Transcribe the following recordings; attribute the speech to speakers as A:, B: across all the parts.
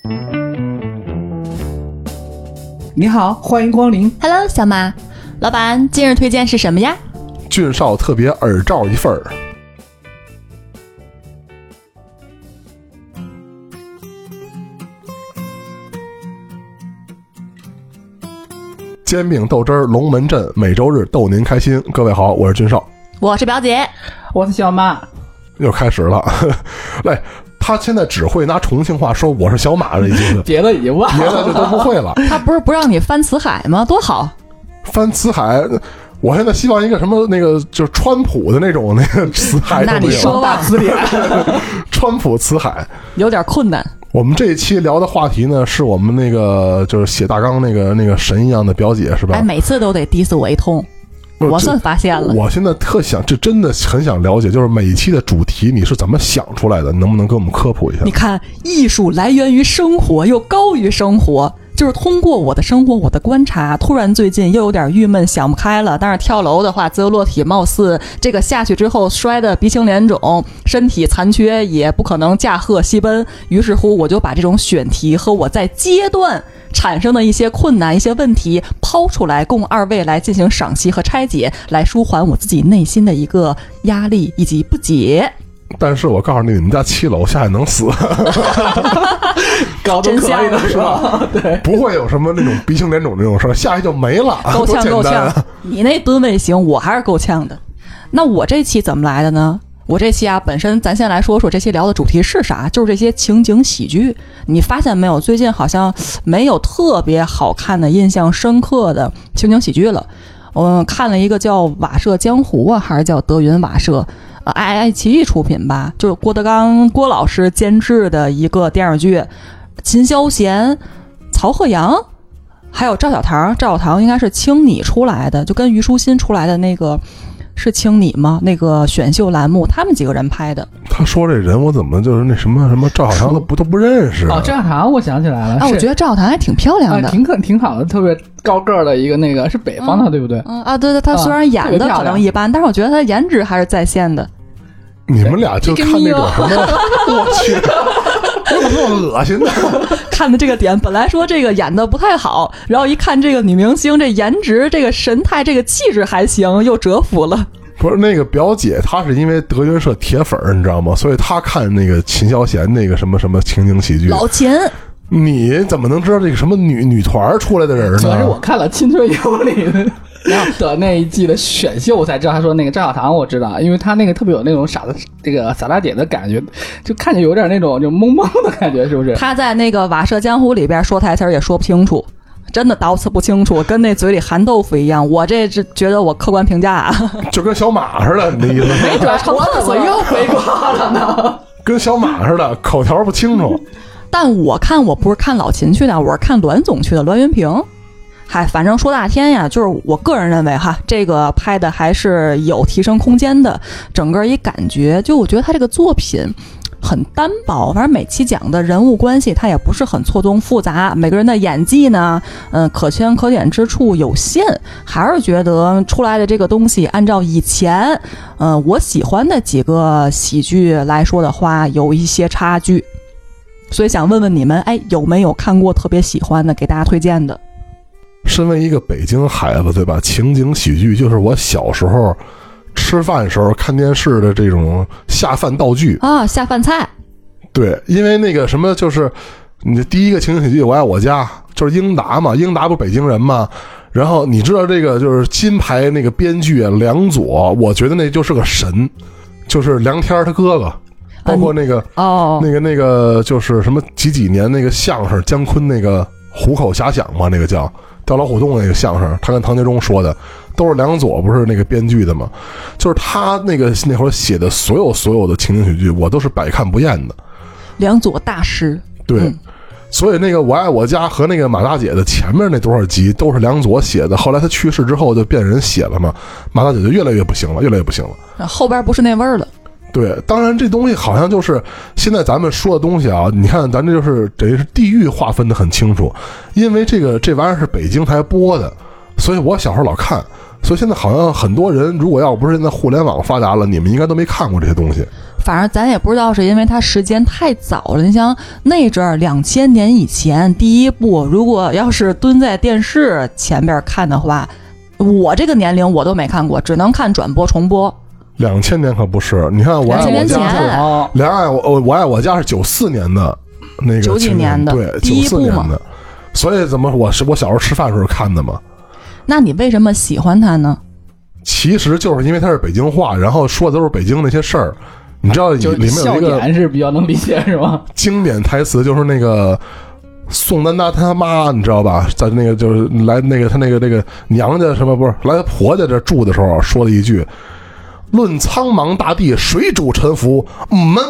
A: 你好，欢迎光临。
B: Hello， 小马老板，今日推荐是什么呀？
C: 俊少特别耳罩一份儿。煎饼豆汁儿龙门阵，每周日逗您开心。各位好，我是俊少，
B: 我是表姐，
A: 我是小马。
C: 又开始了。来，他现在只会拿重庆话说我是小马了，已经
A: 别的已经忘了，
C: 别的就都不会了。
B: 他不是不让你翻辞海吗？多好！
C: 翻辞海，我现在希望一个什么那个就是川普的那种那个辞海，
B: 那你说吧，
A: 词典，
C: 川普辞海
B: 有点困难。
C: 我们这一期聊的话题呢，是我们那个就是写大纲那个神一样的表姐是吧？
B: 哎，每次都得 diss 我一通，我算发现了。
C: 我现在特想，这真的很想了解，就是每一期的主题你是怎么想出来的？能不能给我们科普一下？
B: 你看，艺术来源于生活，又高于生活。就是通过我的生活，我的观察，突然最近又有点郁闷，想不开了。但是跳楼的话，自由落体貌似这个下去之后摔得鼻青脸肿，身体残缺，也不可能驾鹤西奔。于是乎，我就把这种选题和我在阶段产生的一些困难、一些问题抛出来，供二位来进行赏析和拆解，来舒缓我自己内心的一个压力以及不解。
C: 但是我告诉你，你们家7楼下去能死，
A: 高都可以的是吧？对，
C: 不会有什么那种鼻青脸肿这种事儿，下去就没了。
B: 够呛够呛，你那吨位行，我还是够呛的。那我这期怎么来的呢？我这期啊，本身咱先来说说这期聊的主题是啥，就是这些情景喜剧。你发现没有，最近好像没有特别好看的、印象深刻的情景喜剧了。我看了一个叫《瓦舍江湖》啊，还是叫德云瓦舍？爱奇艺出品吧，就是郭德纲郭老师监制的一个电视剧，秦霄贤、曹鹤阳还有赵小棠。赵小棠应该是青你出来的，就跟虞书欣出来的那个是青你吗？那个选秀栏目他们几个人拍的。
C: 他说这人我怎么就是那什么赵小棠都不认识
A: 哦，赵小棠我想起来了。
B: 我觉得赵小棠还挺漂亮的，
A: 挺好的，特别高个儿的一个那个是北方的，对不对？
B: 对，他虽然演的可能一般，但是我觉得他颜值还是在线的。
C: 你们俩就看那种什么，我去，怎么那么恶心呢？
B: 看的这个点，本来说这个演的不太好，然后一看这个女明星，这颜值、这个神态、这个气质还行，又折服了。
C: 不是那个表姐，她是因为德云社铁粉你知道吗？所以她看那个秦霄贤那个什么情景喜剧。
B: 老秦，
C: 你怎么能知道这个什么女团出来的人呢？
A: 主要是我看了《青春有你》的那一季的选秀，我才知道他说那个赵小棠，我知道，因为他那个特别有那种这个傻大姐的感觉，就看着有点那种就懵懵的感觉，是不是？
B: 他在那个《瓦舍江湖》里边说台词也说不清楚。真的倒刺不清楚，跟那嘴里含豆腐一样。我这觉得我客观评价啊，
C: 就跟小马似的，你的意思？
B: 没准成特色，
A: 我又回挂了呢。
C: 跟小马似的，口条不清楚。
B: 但我不是看老秦去的，我是看栾总去的，栾云平。嗨，反正说大天呀，就是我个人认为哈，这个拍的还是有提升空间的。整个一感觉，就我觉得他这个作品很单薄，反正每期讲的人物关系它也不是很错综复杂，每个人的演技呢，可圈可点之处有限，还是觉得出来的这个东西按照以前我喜欢的几个喜剧来说的话，有一些差距。所以想问问你们，有没有看过特别喜欢的，给大家推荐的？
C: 身为一个北京孩子，对吧？情景喜剧就是我小时候吃饭时候看电视的这种下饭道具
B: 啊，下饭菜。
C: 对，因为那个什么，就是你的第一个情景喜剧《我爱我家》，就是英达嘛，英达不是北京人嘛。然后你知道这个就是金牌那个编剧梁左，我觉得那就是个神，就是梁天他哥哥。包括那个那个就是什么几年那个相声姜昆那个虎口遐想嘛，那个叫掉老虎洞那个相声，他跟唐杰忠说的都是梁左不是那个编剧的嘛，就是他那会儿写的所有的情景喜剧我都是百看不厌的。
B: 梁左大师。
C: 对，所以那个我爱我家和那个马大姐的前面那多少集都是梁左写的，后来他去世之后就变人写了嘛，马大姐就越来越不行了，
B: 后边不是那味儿了。
C: 对，当然这东西好像就是现在咱们说的东西啊，你看咱这就是等于是地域划分的很清楚，因为这玩意儿是北京台播的，所以我小时候老看， 所以现在好像很多人，如果要不是现在互联网发达了，你们应该都没看过这些东西。
B: 反正咱也不知道是因为它时间太早了。你像那阵儿2000年以前第一部，如果要是蹲在电视前边看的话，我这个年龄我都没看过，只能看转播重播。
C: 2000年可不是，你看我爱我家我爱我家是94年的那个
B: 90几年的，
C: 对，94年的，所以怎么我小时候吃饭的时候看的嘛。
B: 那你为什么喜欢它呢？
C: 其实就是因为它是北京话，然后说的都是北京那些事儿。你知道里面有一个
A: 是比较能理解是吧？
C: 经典台词就是那个宋丹丹他妈，你知道吧？在那个就是来那个他那个娘家什么不是来婆家这住的时候说了一句：“论苍茫大地，谁主沉浮？们。”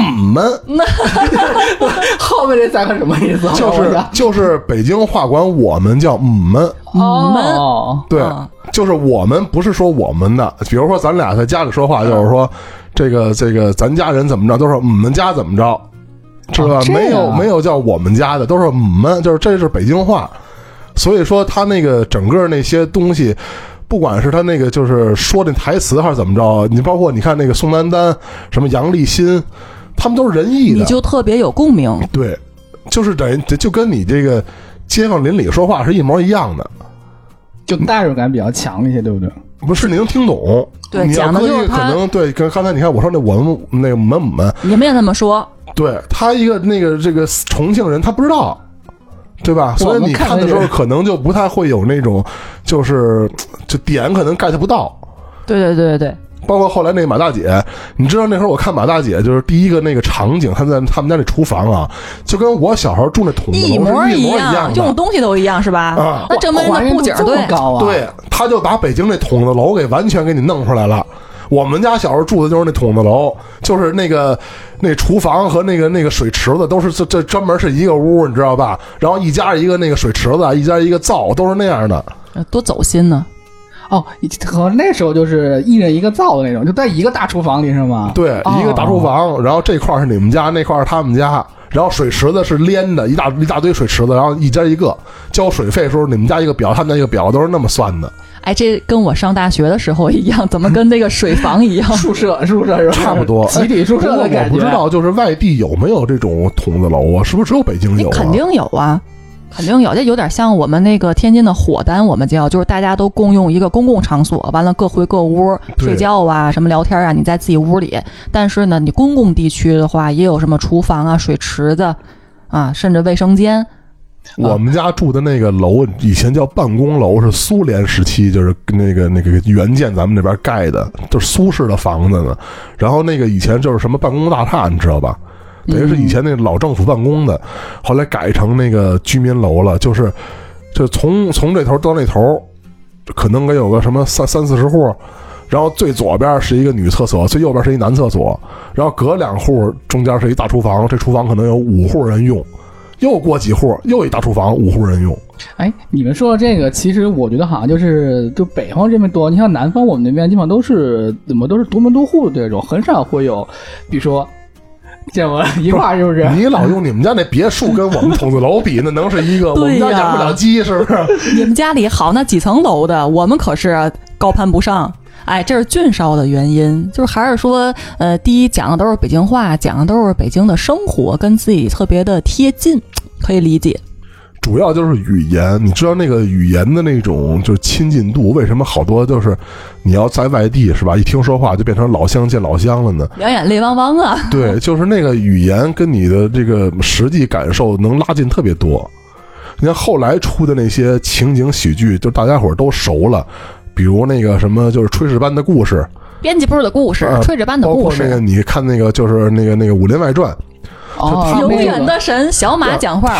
A: 后面这三个什么意思？
C: 就是北京话管我们叫们。
A: 哦，
C: 对，就是我们不是说我们的，比如说咱俩在家里说话，就是说这个咱家人怎么着，都是我们家怎么着，知道吧？没有叫我们家的，都是我们，就是这是北京话。所以说他那个整个那些东西，不管是他那个就是说那台词还是怎么着，你包括你看那个宋丹丹、什么杨立新，他们都是仁义的，
B: 你就特别有共鸣。
C: 对，就是等于就跟你这个街坊邻里说话是一模一样的。
A: 就代入感比较强一些，对不对？
C: 不是，你能听懂。
B: 对，
C: 你要
B: 讲的就是
C: 可能对，跟刚才你看我说那我们那个们，
B: 你们也这么说。
C: 对，他一个那个这个重庆人，他不知道，对吧？所以你看的时候可能就不太会有那种，就点可能 get 不到。
B: 对。
C: 包括后来那个马大姐，你知道那时候我看马大姐就是第一个那个场景，她在他们家那厨房啊，就跟我小时候住那筒子楼是一模一样的，
B: 用东西都一样是吧？
C: 啊，
B: 那证明人的布景对
A: 高啊。
C: 对，他就把北京那筒子楼给完全给你弄出来了。我们家小时候住的就是那筒子楼，就是那厨房和那个水池子都是这专门是一个屋，你知道吧？然后一家一个那个水池子，一家一个灶，都是那样的。
B: 多走心呢。
A: 哦，和那时候就是一人一个灶的那种，就在一个大厨房里是吗？
C: 对，一个大厨房，然后这块是你们家，那块是他们家，然后水池子是连的，一大堆水池子，然后一家一个交水费的时候，你们家一个表，他们家一个表，都是那么算的。
B: 哎，这跟我上大学的时候一样，怎么跟那个水房一样？
A: 宿舍是吧？
C: 差不多，
A: 集体宿舍的感觉。
C: 我不知道，就是外地有没有这种筒子楼啊？是不是只有北京有啊？
B: 肯定有啊。肯定有，这有点像我们那个天津的伙单，我们叫就是大家都共用一个公共场所，完了各回各屋睡觉啊，什么聊天啊，你在自己屋里。但是呢，你公共地区的话，也有什么厨房啊、水池子啊，甚至卫生间。
C: 我们家住的那个楼以前叫办公楼，是苏联时期就是那个原件咱们那边盖的，就是苏式的房子呢。然后那个以前就是什么办公大厦，你知道吧？等于是以前那个老政府办公的，后来改成那个居民楼了，就从这头到那头，可能有个什么30-40户，然后最左边是一个女厕所，最右边是一男厕所，然后隔2户中间是一大厨房，这厨房可能有5户人用，又过几户又一大厨房5户人用。
A: 哎，你们说的这个，其实我觉得好像就北方这边多，你像南方我们那边基本上都是独门独户的这种，很少会有，比如说。见我一块儿是不是？
C: 你老用你们家那别墅跟我们筒子楼比，那能是一个？我们家养不了鸡，是不是？
B: 你们家里好那几层楼的，我们可是高攀不上。哎，这是俊烧的原因，就是还是说，第一讲的都是北京话，讲的都是北京的生活，跟自己特别的贴近，可以理解。
C: 主要就是语言，你知道那个语言的那种就是亲近度，为什么好多就是你要在外地是吧？一听说话就变成老乡见老乡了呢？
B: 两眼泪汪汪啊！
C: 对，就是那个语言跟你的这个实际感受能拉近特别多。你看后来出的那些情景喜剧，就大家伙都熟了，比如那个什么就是炊事班的故事、
B: 编辑部的故事、炊事班的故事，
C: 包括那个你看那个就是那个《武林外传》。
B: 永远的神小马讲话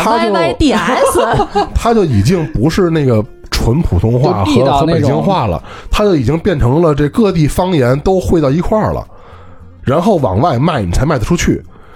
B: YYDS，
C: 他就已经不是那个纯普通话和北京话了，他就已经变成了这各地方言都汇到一块儿了，然后往外卖你才卖得出去。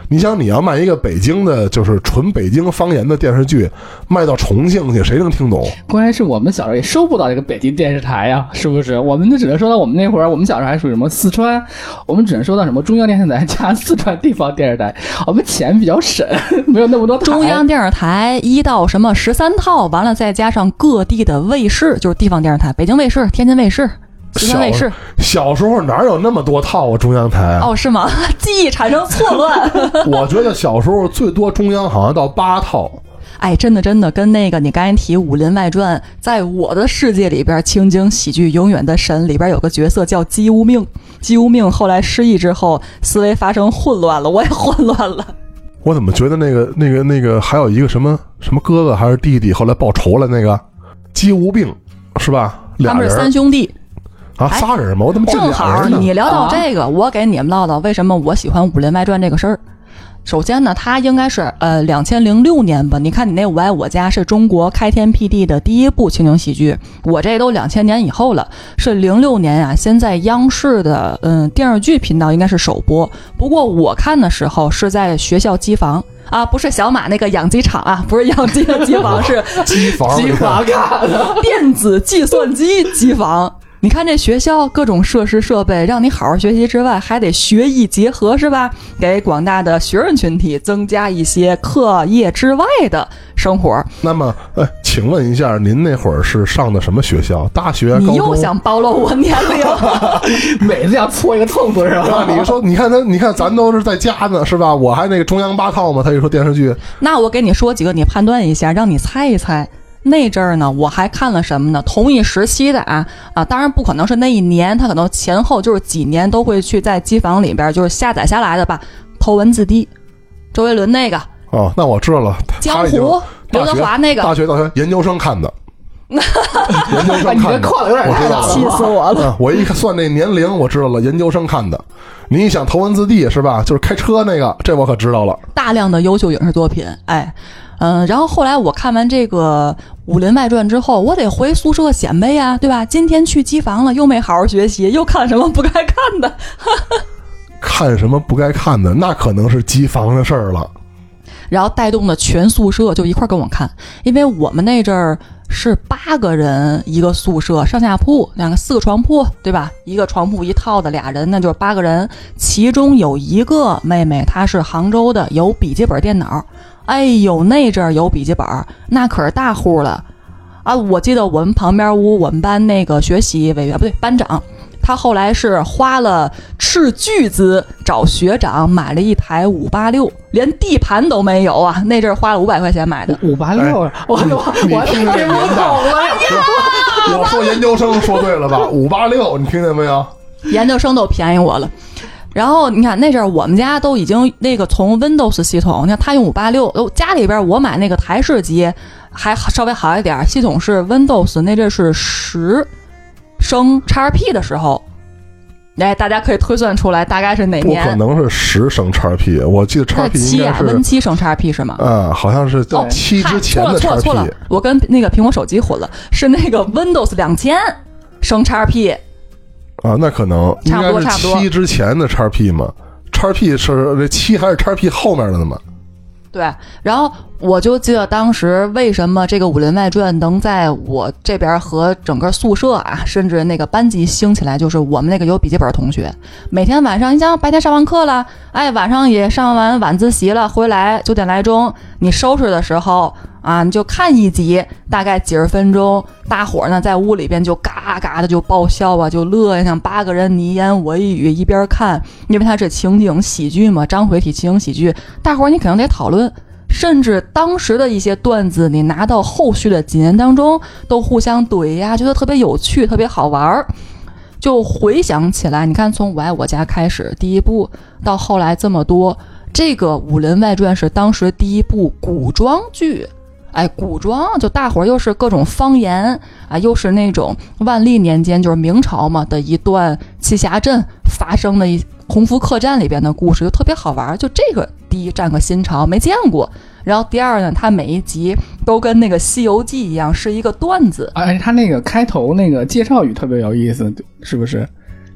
C: 你想，你要卖一个北京的，就是纯北京方言的电视剧，卖到重庆去，谁能听懂？
A: 关键是我们小时候也收不到这个北京电视台呀，是不是？我们就只能收到我们那会儿，我们小时候还属于什么四川，我们只能收到什么中央电视台加四川地方电视台，我们钱比较省，没有那么多台。
B: 中央电视台1到什么13套，完了再加上各地的卫视，就是地方电视台，北京卫视、天津卫视。四川卫视
C: 小时候哪有那么多套啊？中央台
B: 哦，是吗？记忆产生错乱。
C: 我觉得小时候最多中央好像到8套。
B: 哎，真的，跟那个你刚才提《武林外传》，在我的世界里边，情景喜剧永远的神里边有个角色叫姬无命。姬无命后来失忆之后，思维发生混乱了，我也混乱了。
C: 我怎么觉得那个还有一个什么哥哥还是弟弟，后来报仇了那个姬无病是吧？
B: 他们是3兄弟。
C: 啊，3人吗？我怎么
B: 正好你聊到这个，我给你们唠叨为什么我喜欢《武林外传》这个事儿。首先呢，它应该是2006年吧？你看你那《我爱我家》是中国开天辟地的第一部情景喜剧，我这都2000年以后了，是06年啊。现在央视的电视剧频道应该是首播，不过我看的时候是在学校机房。啊，不是小马那个养鸡场啊，不是养鸡的机房，是
C: 机房
A: 看的
B: 电子计算机机房。你看这学校各种设施设备，让你好好学习之外，还得学艺结合，是吧？给广大的学生群体增加一些课业之外的生活。
C: 那么，请问一下，您那会儿是上的什么学校？大学？
B: 你又想暴露我年龄？
A: 每次要戳一个痛处是吧？
C: 你说，你看咱都是在家呢，是吧？我还那个中央8套嘛，他一说电视剧。
B: 那我给你说几个，你判断一下，让你猜一猜。那阵儿呢，我还看了什么呢？同一时期的当然不可能是那一年，他可能前后就是几年都会去在机房里边就是下载下来的吧。头文字 D， 周杰伦那个。
C: 哦，那我知道了。
B: 江湖，刘德华那个。
C: 大学研究生看的。研究生看的，
A: 我知道了，
B: 气死我了。
C: 我一算那年龄，我知道了，研究生看的。你一想头文字 D 是吧？就是开车那个，这我可知道了。
B: 大量的优秀影视作品，然后后来我看完这个《武林外传》之后，我得回宿舍显摆呀，对吧？今天去机房了，又没好好学习，又看什么不该看的。
C: 看什么不该看的，那可能是机房的事儿了。
B: 然后带动的全宿舍就一块跟我看，因为我们那阵儿是8个人一个宿舍，上下铺4个床铺，对吧？一个床铺一套的2人，那就是8个人。其中有一个妹妹，她是杭州的，有笔记本电脑。哎呦，那阵儿有笔记本，那可是大户了啊！我记得我们旁边屋，我们班那个学习委员不对，班长，他后来是花了斥巨资找学长买了一台586，连地盘都没有啊！那阵儿花了500块钱买的
A: 586，我听不懂了呀！
C: 我说研究生说对了吧？586，你听见没有？
B: 研究生都便宜我了。然后你看那阵儿我们家都已经那个从 Windows 系统，你看他用586，家里边我买那个台式机还稍微好一点，系统是 Windows， 那阵是10升 XP 的时候。哎，大家可以推算出来大概是哪年？
C: 不可能是10升 XP， 我记得 XP 应该是
B: Win7升 XP 是吗？
C: 好像是7之前的 XP。
B: 错了，我跟那个苹果手机混了，是那个 Windows 2000升 XP。
C: 那可能
B: 差不多
C: 7之前的 XP 嘛 ，XP 是这7还是 XP 后面的呢嘛？
B: 对，然后我就记得当时为什么这个《武林外传》能在我这边和整个宿舍甚至那个班级兴起来，就是我们那个有笔记本同学，每天晚上你想白天上完课了，晚上也上完晚自习了，回来9点来钟，你收拾的时候你就看一集，大概几十分钟，大伙呢在屋里边就嘎嘎的就爆笑啊，就乐呀，像8个人你一言我一语一边看，因为它是情景喜剧嘛，章回体情景喜剧，大伙你肯定得讨论，甚至当时的一些段子你拿到后续的几年当中都互相怼呀，觉得特别有趣特别好玩。就回想起来，你看从我爱我家开始第一部到后来这么多，这个《武林外传》是当时第一部古装剧。古装就大伙儿又是各种方言又是那种万历年间就是明朝嘛的一段栖霞镇发生的鸿福客栈里边的故事，就特别好玩。就这个第一占个新潮没见过，然后第二呢，它每一集都跟那个西游记一样是一个段子，
A: 而且它那个开头那个介绍语特别有意思，是不是？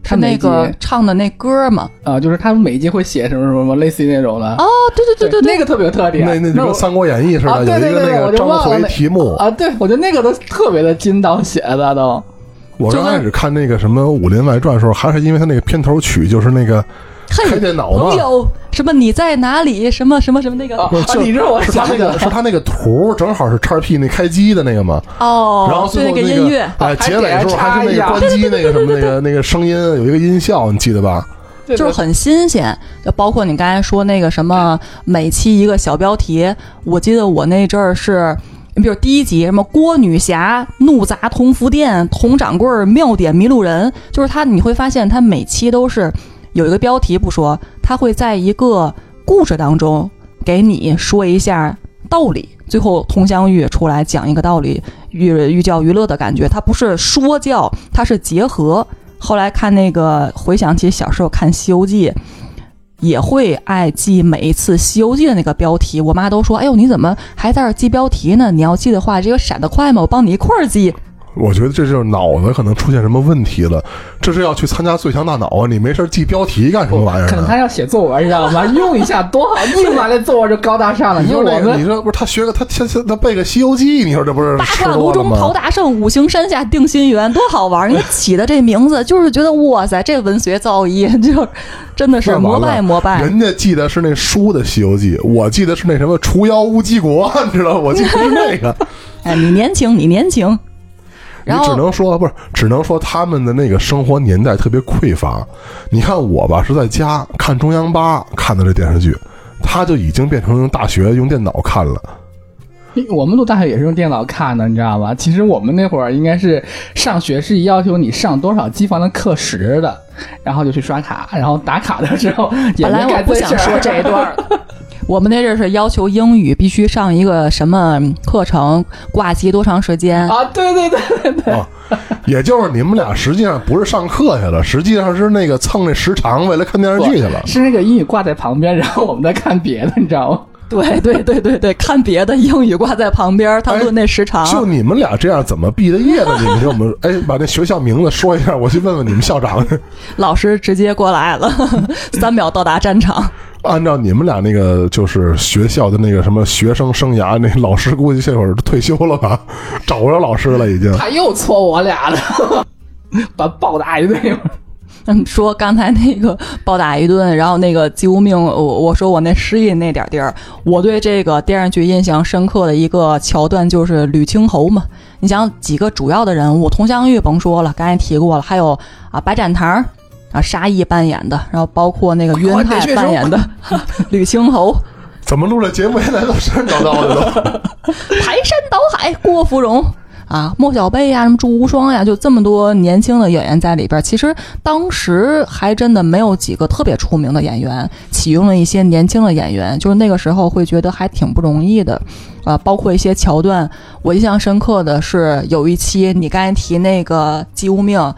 B: 是那个唱的那歌吗？
A: 就是他们每一集会写什么什么类似于那种的。
B: 哦，对，
A: 那个特别有特点。
C: 那就跟《三国演义》似的，有一个那个章回题目
A: 啊。对，我觉得那个都特别的精到写的都。
C: 我刚开始看那个什么《武林外传》的时候，还是因为他那个片头曲就是那个开电脑嘛，
B: 朋友什么你在哪里？什么那个
A: 你知道我想
C: 的是他那个图正好是 XP 那开机的那个嘛。
B: 哦，
C: 然后最后
B: 那个音乐，
C: 结尾的时候还是那个关机那个什么那个声音有一个音效，你记得吧？
B: 就是很新鲜，就包括你刚才说那个什么每期一个小标题，我记得我那阵儿是。你比如第一集什么郭女侠怒砸同福店，佟掌柜妙点迷路人，就是他你会发现他每期都是有一个标题不说，他会在一个故事当中给你说一下道理，最后佟湘玉出来讲一个道理，寓教于乐的感觉，他不是说教，他是结合。后来看那个回想起小时候看西游记，也会爱记每一次《西游记》的那个标题，我妈都说：“哎呦，你怎么还在这记标题呢？你要记的话，这个闪得快吗？我帮你一块儿记。”
C: 我觉得这就是脑子可能出现什么问题了，这是要去参加最强大脑啊！你没事记标题干什么玩意儿？
A: 可能他要写作文，你知道吗？用一下多好，一完了作文就高大上了。
C: 你说你说不是他学个他背个《西游记》，你说这不是
B: 八卦炉中刨大圣，五行山下定心圆，多好玩！你起的这名字就是觉得哇塞，这文学造诣就真的是膜拜。
C: 人家记得是那书的《西游记》，我记得是那什么除妖无极国，你知道？我记得是那个。
B: 哎，你年轻。然后
C: 只能说他们的那个生活年代特别匮乏。你看我吧，是在家看中央8看的这电视剧，他就已经变成用大学用电脑看了。
A: 我们读大学也是用电脑看的，你知道吗？其实我们那会儿应该是上学是要求你上多少机房的课时的，然后就去刷卡，然后打卡的时候也
B: 本来我不想说这一段。我们那阵是要求英语必须上一个什么课程，挂机多长时间
A: 啊？对、哦，
C: 也就是你们俩实际上不是上课去了，实际上是那个蹭那时长，为了看电视剧去了。
A: 是那个英语挂在旁边，然后我们在看别的，你知道吗？
B: 对，看别的英语挂在旁边，他论那时长。
C: 就你们俩这样怎么毕的业的？你们给我们把那学校名字说一下，我去问问你们校长。
B: 老师直接过来了，3秒到达战场。
C: 按照你们俩那个就是学校的那个什么学生生涯，那老师估计这会儿都退休了吧，找不着老师了已经。
A: 他又搓我俩了，把暴打一顿。
B: 说刚才那个暴打一顿，然后那个姬无命，我说我那失忆那点地儿，我对这个电视剧印象深刻的一个桥段就是吕青侯嘛。你想几个主要的人物，佟湘玉甭说了，刚才提过了，还有白展堂沙溢扮演的，然后包括那个于恩泰扮演的吕青侯。
C: 怎么录了节目现在都神叨叨的都
B: 排山倒海，郭芙蓉莫小贝什么祝无双呀，就这么多年轻的演员在里边。其实当时还真的没有几个特别出名的演员，启用了一些年轻的演员，就是那个时候会觉得还挺不容易的。包括一些桥段，我印象深刻的是有一期你刚才提那个姬无命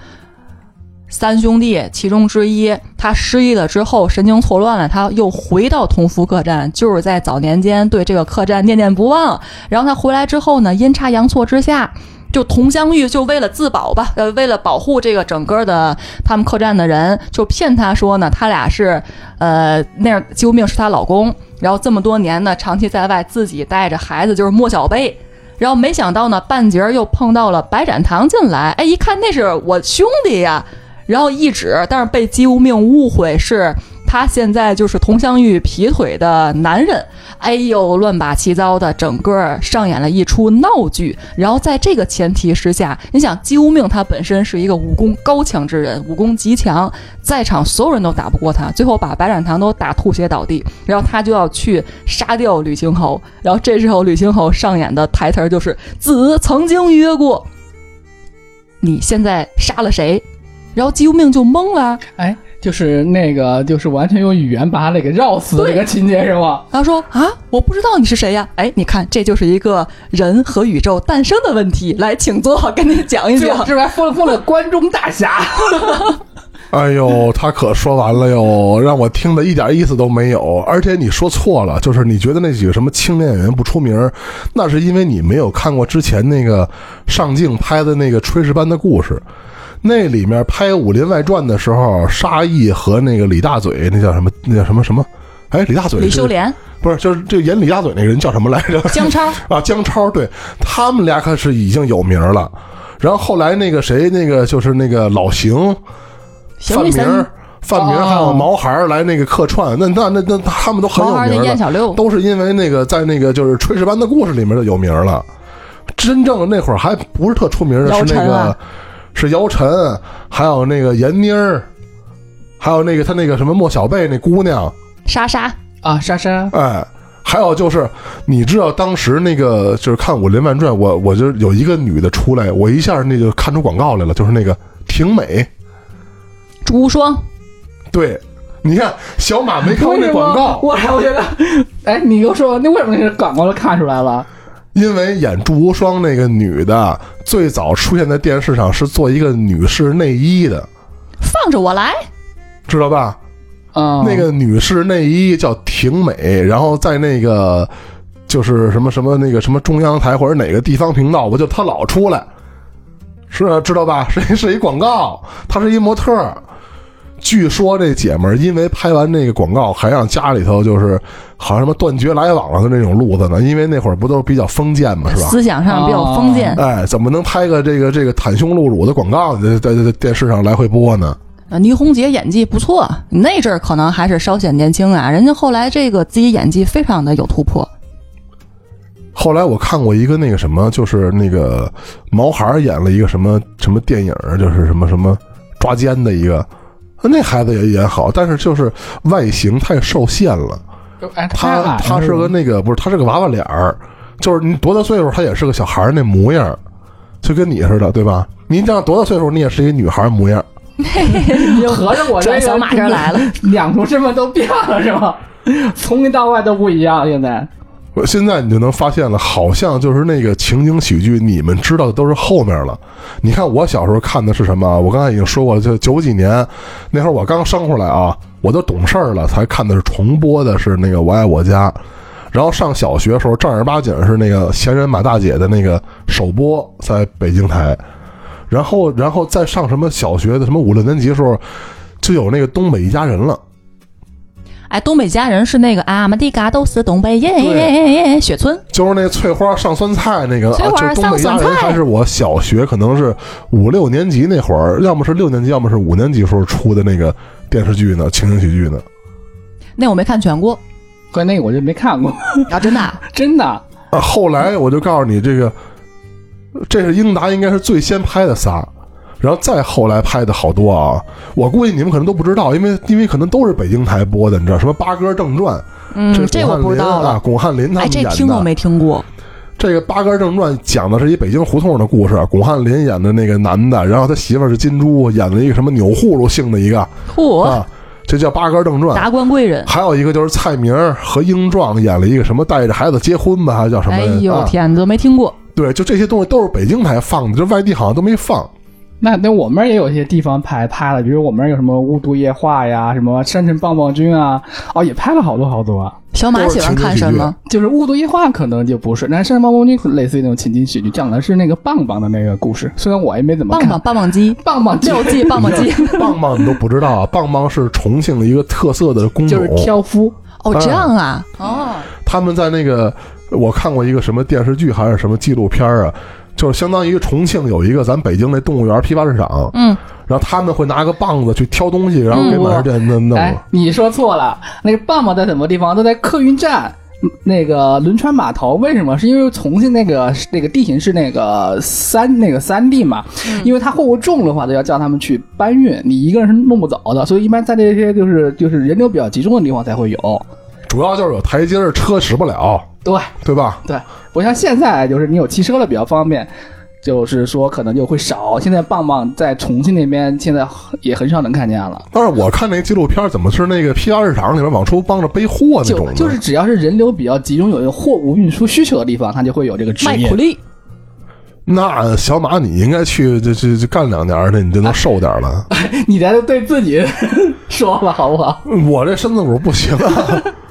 B: 3兄弟其中之一，他失忆了之后神经错乱了，他又回到同福客栈，就是在早年间对这个客栈念念不忘。然后他回来之后呢，阴差阳错之下，就佟湘玉就为了自保吧，为了保护这个整个的他们客栈的人，就骗他说呢，他俩是那样姬无命是他老公，然后这么多年呢长期在外，自己带着孩子就是莫小贝。然后没想到呢，半截又碰到了白展堂进来，一看那是我兄弟呀。然后一指，但是被姬无命误会是他现在就是佟湘玉劈腿的男人，哎呦，乱八七糟的，整个上演了一出闹剧。然后在这个前提之下，你想姬无命他本身是一个武功高强之人，武功极强，在场所有人都打不过他，最后把白展堂都打吐血倒地，然后他就要去杀掉吕青侯。然后这时候吕青侯上演的台词就是子曾经约过，你现在杀了谁？然后姬无命就懵了，
A: 就是那个，就是完全用语言把他那个绕死的这个情节是吗？
B: 他说我不知道你是谁呀。你看，这就是一个人和宇宙诞生的问题。来，请坐，跟你讲一讲。
A: 这还封了关中大侠。
C: 哎呦，他可说完了哟，让我听的一点意思都没有。而且你说错了，就是你觉得那几个什么青年演员不出名，那是因为你没有看过之前那个上镜拍的那个炊事班的故事。 那里面拍《武林外传》的时候，沙溢和那个李大嘴，那叫什么？那叫什么？哎，李大嘴，
B: 李秀莲
C: 不是，就是这演李大嘴那个人叫什么来着？
B: 姜超
C: 啊，姜超，对，他们俩可是已经有名了。然后后来那个谁，那个就是那个老邢，范明还有毛孩来那个客串，那他们都很有名了，都是因为那个在那个就是《炊事班的故事》里面的有名了。真正的那会儿还不是特出名的是那个是姚晨，还有那个闫妮儿，还有那个他那个什么莫小贝那姑娘
B: 莎莎
A: 啊，莎莎，
C: 哎。还有就是，你知道当时那个就是看《武林外传》，我就有一个女的出来，我一下那就看出广告来了，就是那个婷美、
B: 朱无双。
C: 对，你看小马没看过那广告，
A: 我觉得，哎，你给我说，那为什么那广告都看出来了？
C: 因为演朱无双那个女的最早出现在电视上是做一个女士内衣的，
B: 放着我来，
C: 知道吧？那个女士内衣叫婷美，然后在那个就是什么那个什么中央台或者哪个地方频道，我就她老出来，是啊，知道吧？是一广告，她是一模特。据说这姐们儿因为拍完那个广告，还让家里头就是好像什么断绝来往了的那种路子呢，因为那会儿不都比较封建嘛，是吧？
B: 思想上比较封建。
C: 哎，怎么能拍个这个袒胸露乳的广告在电视上来回播呢？
B: 倪虹洁演技不错，那阵儿可能还是稍显年轻啊，人家后来这个自己演技非常的有突破。
C: 后来我看过一个那个什么，就是那个毛孩演了一个什么电影，就是什么抓奸的一个，那孩子也演好，但是就是外形太受限了。他是个那个不是，他是个娃娃脸儿，就是你多大岁数他也是个小孩那模样，就跟你似的，对吧？你这样多大岁数你也是一个女孩模样。
A: 合着我这
B: 小马这儿来了，
A: 两重身份都变了是吧？从里到外都不一样。
C: 现在你就能发现了，好像就是那个情景喜剧，你们知道的都是后面了。你看我小时候看的是什么？我刚才已经说过了，就90几年那会儿我刚生出来啊，我都懂事儿了，才看的是重播的是那个《我爱我家》。然后上小学的时候，正儿八经是那个闲人马大姐的那个首播在北京台。然后再上什么小学的什么5、6年级的时候，就有那个东北一家人了。
B: 哎，东北家人是那个阿玛蒂嘎都是东北耶，雪村
C: 就是那个翠花上酸菜那个，就是东北家人，还是我小学可能是5、6年级那会儿，要么是6年级，要么是5年级时候出的那个电视剧呢，情景喜剧呢。
B: 那我没看全过，
A: 关那个我就没看过
B: 啊，真的
A: 真的。
C: 后来我就告诉你这是英达应该是最先拍的仨，然后再后来拍的好多啊，我估计你们可能都不知道，因为可能都是北京台播的，你知道什么《八哥正传》？
B: 这我不知道了。
C: 巩汉林他们演的，
B: 这听都没听过。
C: 这个《八哥正传》讲的是一北京胡同的故事，巩汉林演的那个男的，然后他媳妇是金珠，演了一个什么钮祜禄姓的一个，啊，这叫《八哥正传》。
B: 达官贵人。
C: 还有一个就是蔡明和英壮演了一个什么带着孩子结婚吧，还是叫什么？
B: 哎呦天，都没听过。
C: 对，就这些东西都是北京台放的，就外地好像都没放。
A: 那我们也有些地方拍了，比如我们有什么巫毒夜话呀，什么山城棒棒军啊，也拍了好多好多。
B: 小马喜欢看什么？
A: 就是巫毒夜话可能就不是，但是山城棒棒军类似于那种情景喜剧，讲的是那个棒棒的那个故事。虽然我也没怎么看。
B: 棒棒鸡6季棒棒鸡，
C: 棒棒你都不知道啊？棒棒是重庆的一个特色的工种，
A: 就是挑夫。
B: 哦，这样啊，哦，
C: 他们在那个。我看过一个什么电视剧还是什么纪录片啊，就是相当于重庆有一个咱北京那动物园批发市场，然后他们会拿个棒子去挑东西，然后给满世界弄。
A: 你说错了，那个棒棒在什么地方？都在客运站、那个轮船码头。为什么？是因为重庆那个地形是那个山地嘛，因为它货物重的话，都要叫他们去搬运，你一个人是弄不走的，所以一般在这些就是人流比较集中的地方才会有。
C: 主要就是有台阶，车使不了。对吧？
A: 对，不像现在就是你有汽车了比较方便，就是说可能就会少。现在棒棒在重庆那边现在也很少能看见了。
C: 但是我看那个纪录片，怎么是那个批发市场里面往出帮着背货那种的？
A: 就是只要是人流比较集中，有货物运输需求的地方，它就会有这个职业。
B: 卖苦力。
C: 那小马，你应该去就干2年的，你就能瘦点了。
A: 你在这对自己说吧，好不好？
C: 我这身子骨不行啊。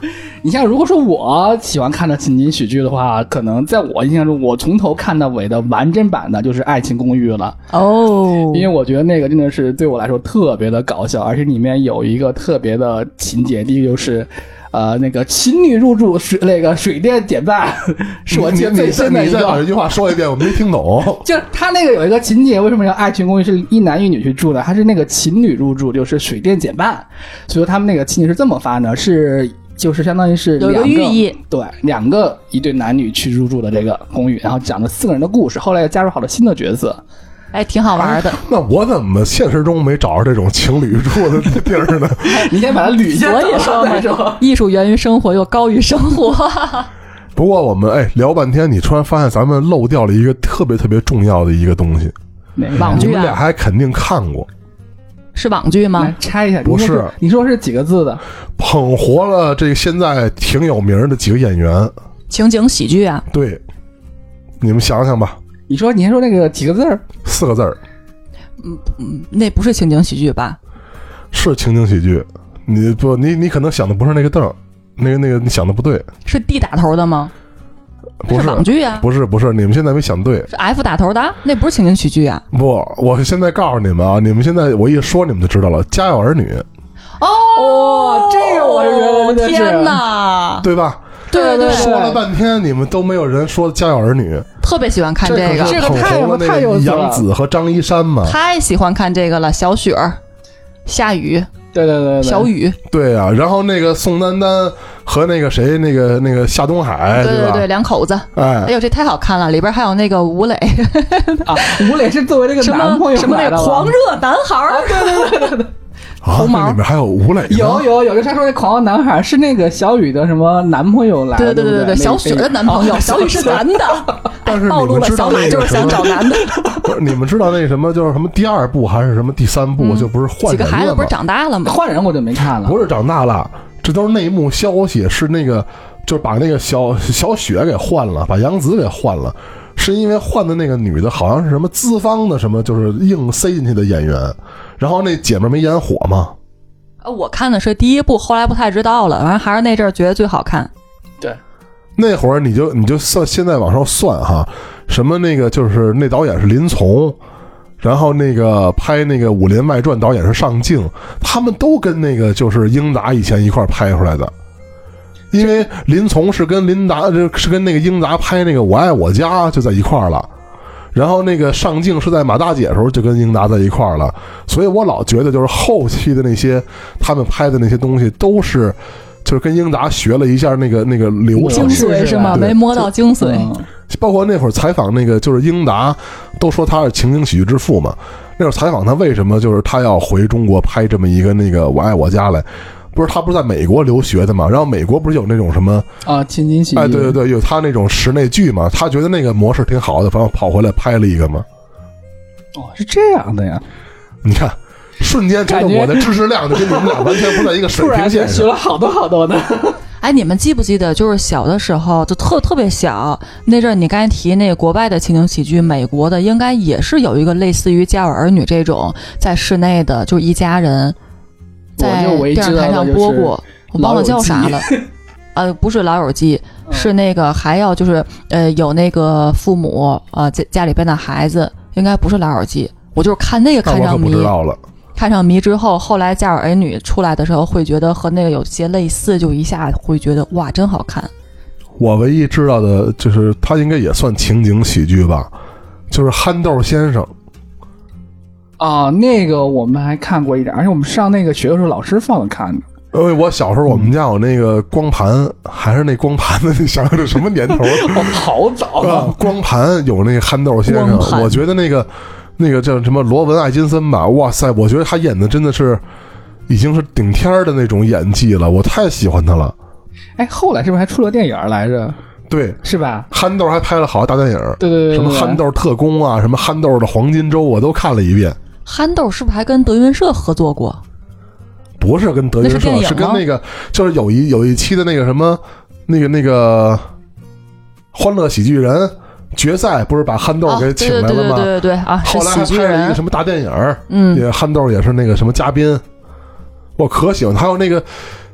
A: 你像如果说我喜欢看的情景喜剧的话，可能在我印象中，我从头看到尾的完整版的就是《爱情公寓》了。
B: 哦，
A: 因为我觉得那个真的是对我来说特别的搞笑，而且里面有一个特别的情节，第一个就是那个情侣入住水电减半，是我记得最深的一个。
C: 你再把这句话说一遍，我没听懂。
A: 就是他那个有一个情节，为什么叫爱情公寓是一男一女去住的？他是那个情侣入住，就是水电减半，所以说他们那个情节是这么发的，就是相当于是
B: 有一个寓意，
A: 对，一对男女去入住的这个公寓，然后讲了4个人的故事，后来又加入好多新的角色。
B: 哎，挺好玩的。
C: 那我怎么现实中没找着这种情侣住的地儿呢？
A: 你先把它捋一下。
B: 所以说嘛，艺术源于生活，又高于生活。
C: 不过我们聊半天，你突然发现咱们漏掉了一个特别特别重要的一个东西。
B: 网剧啊，
C: 你们俩还肯定看过。
B: 是网剧吗？
A: 来拆一下。
C: 不是，
A: 你说是几个字的？
C: 捧活了这个现在挺有名的几个演员。
B: 情景喜剧啊。
C: 对，你们想想吧。
A: 你先说那个几个字儿
C: ？4个字儿。
B: 那不是情景喜剧吧？
C: 是情景喜剧。你可能想的不是那个凳，那个你想的不对。
B: 是 D 打头的吗？
C: 不是
B: 网剧啊。
C: 不是，你们现在没想对。
B: 是 F 打头的，那不是情景喜剧啊。
C: 不，我现在告诉你们啊，你们现在我一说你们就知道了，《家有儿女》。
A: 哦，这个我是觉得
B: 天哪，
C: 对吧？
B: 对，
C: 说了半天，你们都没有人说《家有儿女》。
B: 特别喜欢看这个，
A: 这个太有意思了。
C: 杨紫和张一山嘛，
B: 太喜欢看这个了。小雪儿，下雨，
A: 对，
B: 小雨，
C: 对啊。然后那个宋丹丹和那个谁，那个夏东海，
B: 对，两口子。哎呦，这太好看了！里边还有那个吴磊
A: 啊，吴磊是作为这个男朋友
B: 什么那个狂热男孩儿，
A: 对。
C: 啊，那里面还有吴磊，
A: 有，就他说那狂热男孩是那个小雨的什么男朋友来的，
B: 对，小雪的男朋友，小雨是男的，
C: 但是
B: 暴露了小马就是想找男的。
C: 不是，你们知道那什么就是什么第2部还是什么第3部，就不是换人了吗？
B: 几个孩子不是长大了吗？
A: 换人我就没看了，
C: 不是长大了，这都是内幕消息，是那个就是把那个小雪给换了，把杨紫给换了。是因为换的那个女的好像是什么资方的什么，就是硬塞进去的演员，然后那姐妹没演火嘛。
B: 我看的是第1部，后来不太知道了，反正还是那阵儿觉得最好看。
A: 对，
C: 那会儿你就算现在往上算哈，什么那个就是那导演是林从，然后那个拍那个《武林外传》导演是尚敬，他们都跟那个就是英达以前一块拍出来的。因为林从是跟那个英达拍那个《我爱我家》就在一块儿了，然后那个尚敬是在马大姐的时候就跟英达在一块儿了，所以我老觉得就是后期的那些他们拍的那些东西都是就是跟英达学了一下那个流
B: 精髓是吗？没摸到精髓。
C: 包括那会儿采访那个就是英达都说他是情景喜剧之父嘛，那会儿采访他为什么就是他要回中国拍这么一个那个《我爱我家》来。不是他不是在美国留学的嘛？然后美国不是有那种什么
A: 啊情景喜剧？
C: 哎，对，有他那种室内剧嘛，他觉得那个模式挺好的，反正跑回来拍了一个嘛。
A: 哦，是这样的呀！
C: 你看，瞬间觉得我的知识量就跟你们俩完全不在一个水平线上，
A: 学了好多的。
B: 哎，你们记不记得，就是小的时候就特别小那阵儿，你刚才提那个国外的情景喜剧，美国的应该也是有一个类似于《家有儿女》这种在室内的，就是一家人。在电视台上播过，我忘了叫啥了。不是老友记，是那个还要就是有那个父母在家里边的孩子，应该不是老友记。我就是看那个看上迷，看上迷之后，后来家有儿女出来的时候，会觉得和那个有些类似，就一下会觉得哇，真好看。
C: 我唯一知道的就是他应该也算情景喜剧吧，就是憨豆先生。
A: 啊，那个我们还看过一点，而且我们上那个学的时候老师放着看的。
C: 我小时候我们家有那个光盘，还是那光盘的，你想想这什么年头？
A: 好早
C: 啊！光盘有那个憨豆先生，我觉得那个叫什么罗文·艾金森吧，哇塞，我觉得他演的真的是已经是顶天的那种演技了，我太喜欢他了。
A: 哎，后来是不是还出了电影来着？
C: 对，
A: 是吧？
C: 憨豆还拍了好多大电影，
A: 对，
C: 什么憨豆特工啊，什么憨豆的黄金周，我都看了一遍。
B: 憨豆是不是还跟德云社合作过？
C: 不是跟德云社，是跟那个就是有一期的那个什么那个欢乐喜剧人决赛，不是把憨豆给请来了吗？
B: 对啊，
C: 后来还拍了一个什么大电影，也憨豆也是那个什么嘉宾，我可喜欢。还有那个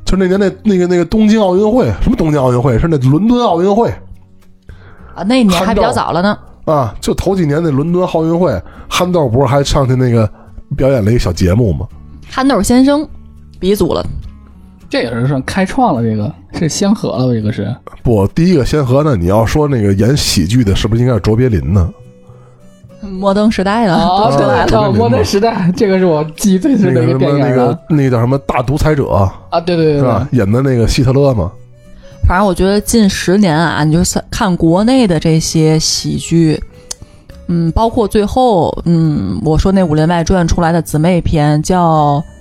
C: 就那年那个东京奥运会，什么东京奥运会是那伦敦奥运会
B: 啊，那年还比较早了呢。
C: 啊，就头几年那伦敦奥运会，憨豆不是还上去那个表演了一个小节目吗？
B: 憨豆先生鼻祖了。
A: 这也是算开创了，这个是先河了吧？这个是
C: 不，第一个先河呢？你要说那个演喜剧的，是不是应该是卓别林呢？
B: 摩登时代了，
A: 哦，
B: 出来了。
A: 摩登时代，这个是我记忆最深的一个电影
C: 那个叫什么大独裁者
A: 啊？对对对，
C: 是吧？演的那个希特勒嘛。
B: 反正我觉得近10年啊，你就看国内的这些喜剧，包括最后，我说那《武林外传》出来的姊妹篇叫《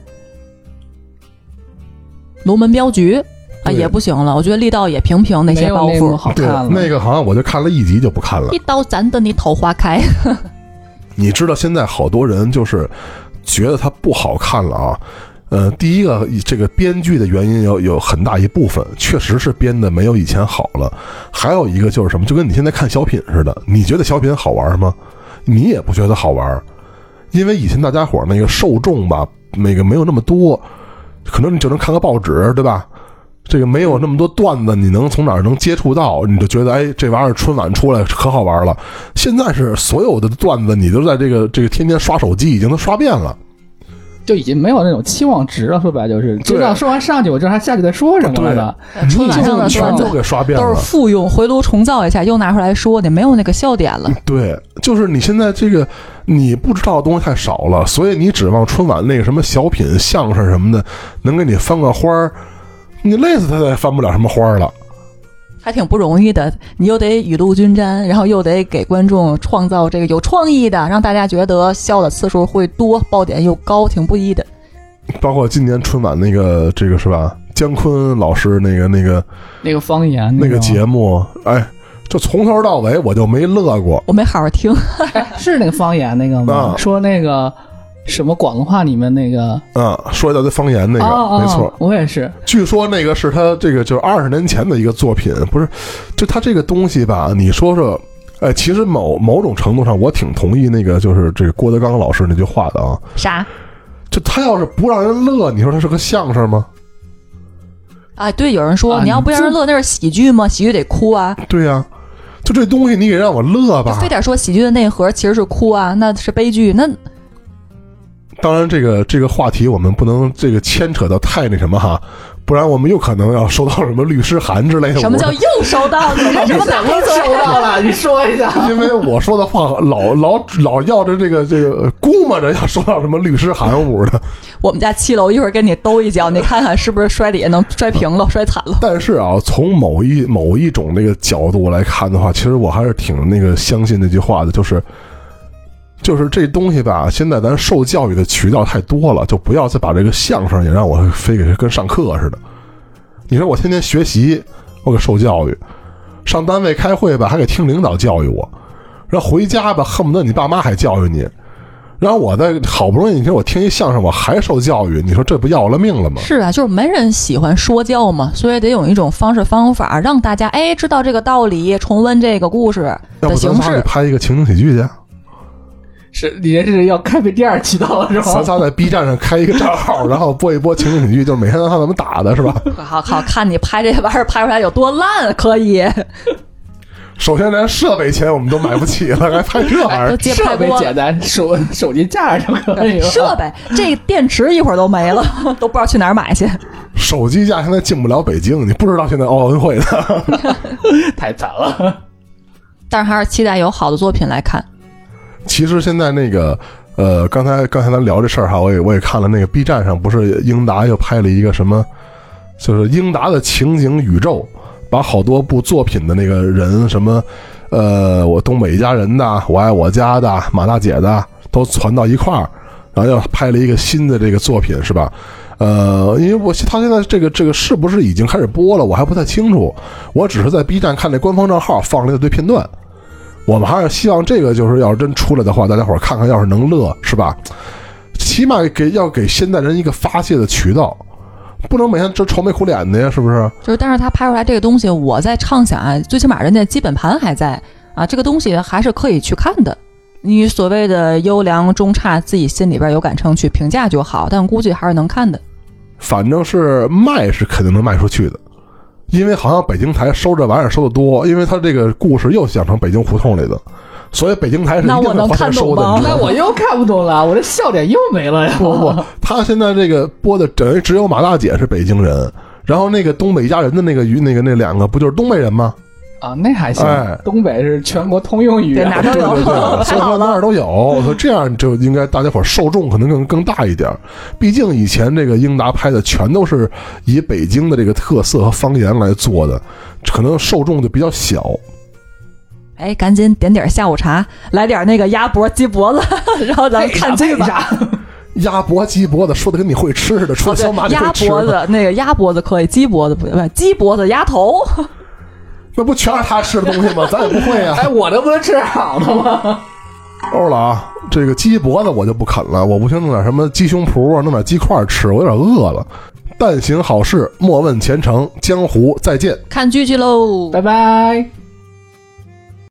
B: 龙门镖局》啊，也不行了。我觉得力道也平平，那些包袱
A: 好看了。
C: 那个好像我就看了1集就不看了。
B: 一刀斩得你头花开。
C: 你知道现在好多人就是觉得它不好看了啊。第一个，这个编剧的原因有很大一部分确实是编的没有以前好了。还有一个就是什么，就跟你现在看小品似的，你觉得小品好玩吗？你也不觉得好玩，因为以前大家伙那个受众吧，那个没有那么多。可能你就能看个报纸，对吧？这个没有那么多段子，你能从哪儿能接触到，你就觉得哎，这玩意儿春晚出来可好玩了。现在是所有的段子，你都在这个天天刷手机，已经都刷遍了，
A: 就已经没有那种期望值了。说白了就是知道说完上去，我知道他下去在说什么了的。
B: 春晚上的
C: 全都给刷遍了，
B: 都是复用回炉重造一下，又拿出来说，你没有那个笑点了。
C: 对，就是你现在这个你不知道的东西太少了，所以你指望春晚那个什么小品、相声什么的能给你翻个花儿，你累死他也翻不了什么花了。
B: 还挺不容易的，你又得雨露均沾，然后又得给观众创造这个有创意的，让大家觉得笑的次数会多，爆点又高，挺不易的。
C: 包括今年春晚那个这个是吧，姜昆老师那个
A: 方言
C: 那个节目，哎，就从头到尾我就没乐过，
B: 我没好好听。
A: 是那个方言那个吗？说那个什么广东话里面那个
C: 说一大堆方言那个，没错，
A: 我也是。
C: 据说那个是他这个就20年前的一个作品，不是？就他这个东西吧，你说说，哎，其实某种程度上，我挺同意那个就是这个郭德纲老师那句话的啊。
B: 啥？
C: 就他要是不让人乐，你说他是个相声吗？
B: 啊，对，有人说你要不让人乐，那是喜剧吗？喜剧得哭啊。
C: 对呀，就这东西你给让我乐吧。
B: 非得说喜剧的内核其实是哭啊，那是悲剧。那
C: 当然，这个话题我们不能这个牵扯到太那什么哈，不然我们有可能要收到什么律师函之类的。
B: 什么叫又收到？你这什么大黑
A: 收到了？你说一下。
C: 因为我说的话老要着这个估摸着要收到什么律师函物的。
B: 我们家7楼一会儿给你兜一脚，你看看是不是摔底下能摔平了、摔惨了。
C: 但是啊，从某一种那个角度来看的话，其实我还是挺那个相信那句话的，就是这东西吧，现在咱受教育的渠道太多了，就不要再把这个相声也让我非给跟上课似的。你说我天天学习，我给受教育，上单位开会吧，还给听领导教育我，然后回家吧，恨不得你爸妈还教育你，然后我再好不容易你说我听一相声，我还受教育，你说这不要了命了吗？
B: 是啊，就是没人喜欢说教嘛，所以得有一种方式方法让大家知道这个道理，重温这个故事的形式。
C: 要不咱仨拍一个情景喜剧去？
A: 是你这是要开辟第2渠道了是吧？
C: 咱仨在 B 站上开一个账号，然后播一播情景喜剧，就是每天让他怎么打的是吧？
B: 好看你拍这玩意儿拍出来有多烂，可以。
C: 首先连设备钱我们都买不起了，还拍这玩意儿？
A: 设备简单，手机架就可以了。
B: 设备这电池一会儿都没了，都不知道去哪儿买去。
C: 手机架现在进不了北京，你不知道现在奥运会的，
A: 太惨了。
B: 但是还是期待有好的作品来看。
C: 其实现在那个刚才咱聊这事儿哈，我也看了那个 B 站上，不是英达又拍了一个什么，就是英达的情景宇宙，把好多部作品的那个人什么我东北一家人的，我爱我家的，马大姐的都传到一块儿，然后又拍了一个新的这个作品是吧？因为他现在这个是不是已经开始播了，我还不太清楚，我只是在 B 站看那官方账号放了一堆片段。我们还是希望这个就是要是真出来的话，大家伙看看，要是能乐是吧？起码要给现代人一个发泄的渠道，不能每天这愁眉苦脸的呀，是不是？
B: 就是，但是他拍出来这个东西，我在畅想啊，最起码人家基本盘还在啊，这个东西还是可以去看的。你所谓的优良中差，自己心里边有杆秤去评价就好，但估计还是能看的。
C: 反正是卖是肯定能卖出去的，因为好像北京台收这玩意儿收的多，因为他这个故事又讲成北京胡同里的，所以北京台是一定会花钱收的。
A: 那我又看不懂了，我这笑点又没了呀！
C: 不，他现在这个播的只有马大姐是北京人，然后那个东北一家人的那两个不就是东北人吗？
A: 啊，那还行。
C: 哎，
A: 东北是全国通用语，
B: 哪都有，
C: 所以说哪儿都有，所以这样就应该大家伙受众可能更大一点。毕竟以前这个英达拍的全都是以北京的这个特色和方言来做的，可能受众就比较小。
B: 哎，赶紧点点下午茶，来点那个鸭脖、鸡脖子，然后咱们看这个。
C: 鸭脖、鸡脖子说的跟你会吃似的，除了小马你会吃。
B: 鸭脖子那个鸭脖子可以，鸡脖子不鸡脖子、鸭头。
C: 那不全是他吃的东西吗？咱也不会啊！
A: 哎，我这不是吃好的吗？
C: 欧了啊，这个鸡脖子我就不啃了，我不行弄点什么鸡胸脯啊，弄点鸡块吃，我有点饿了。但行好事，莫问前程，江湖再见，
B: 看剧去喽，
A: 拜拜。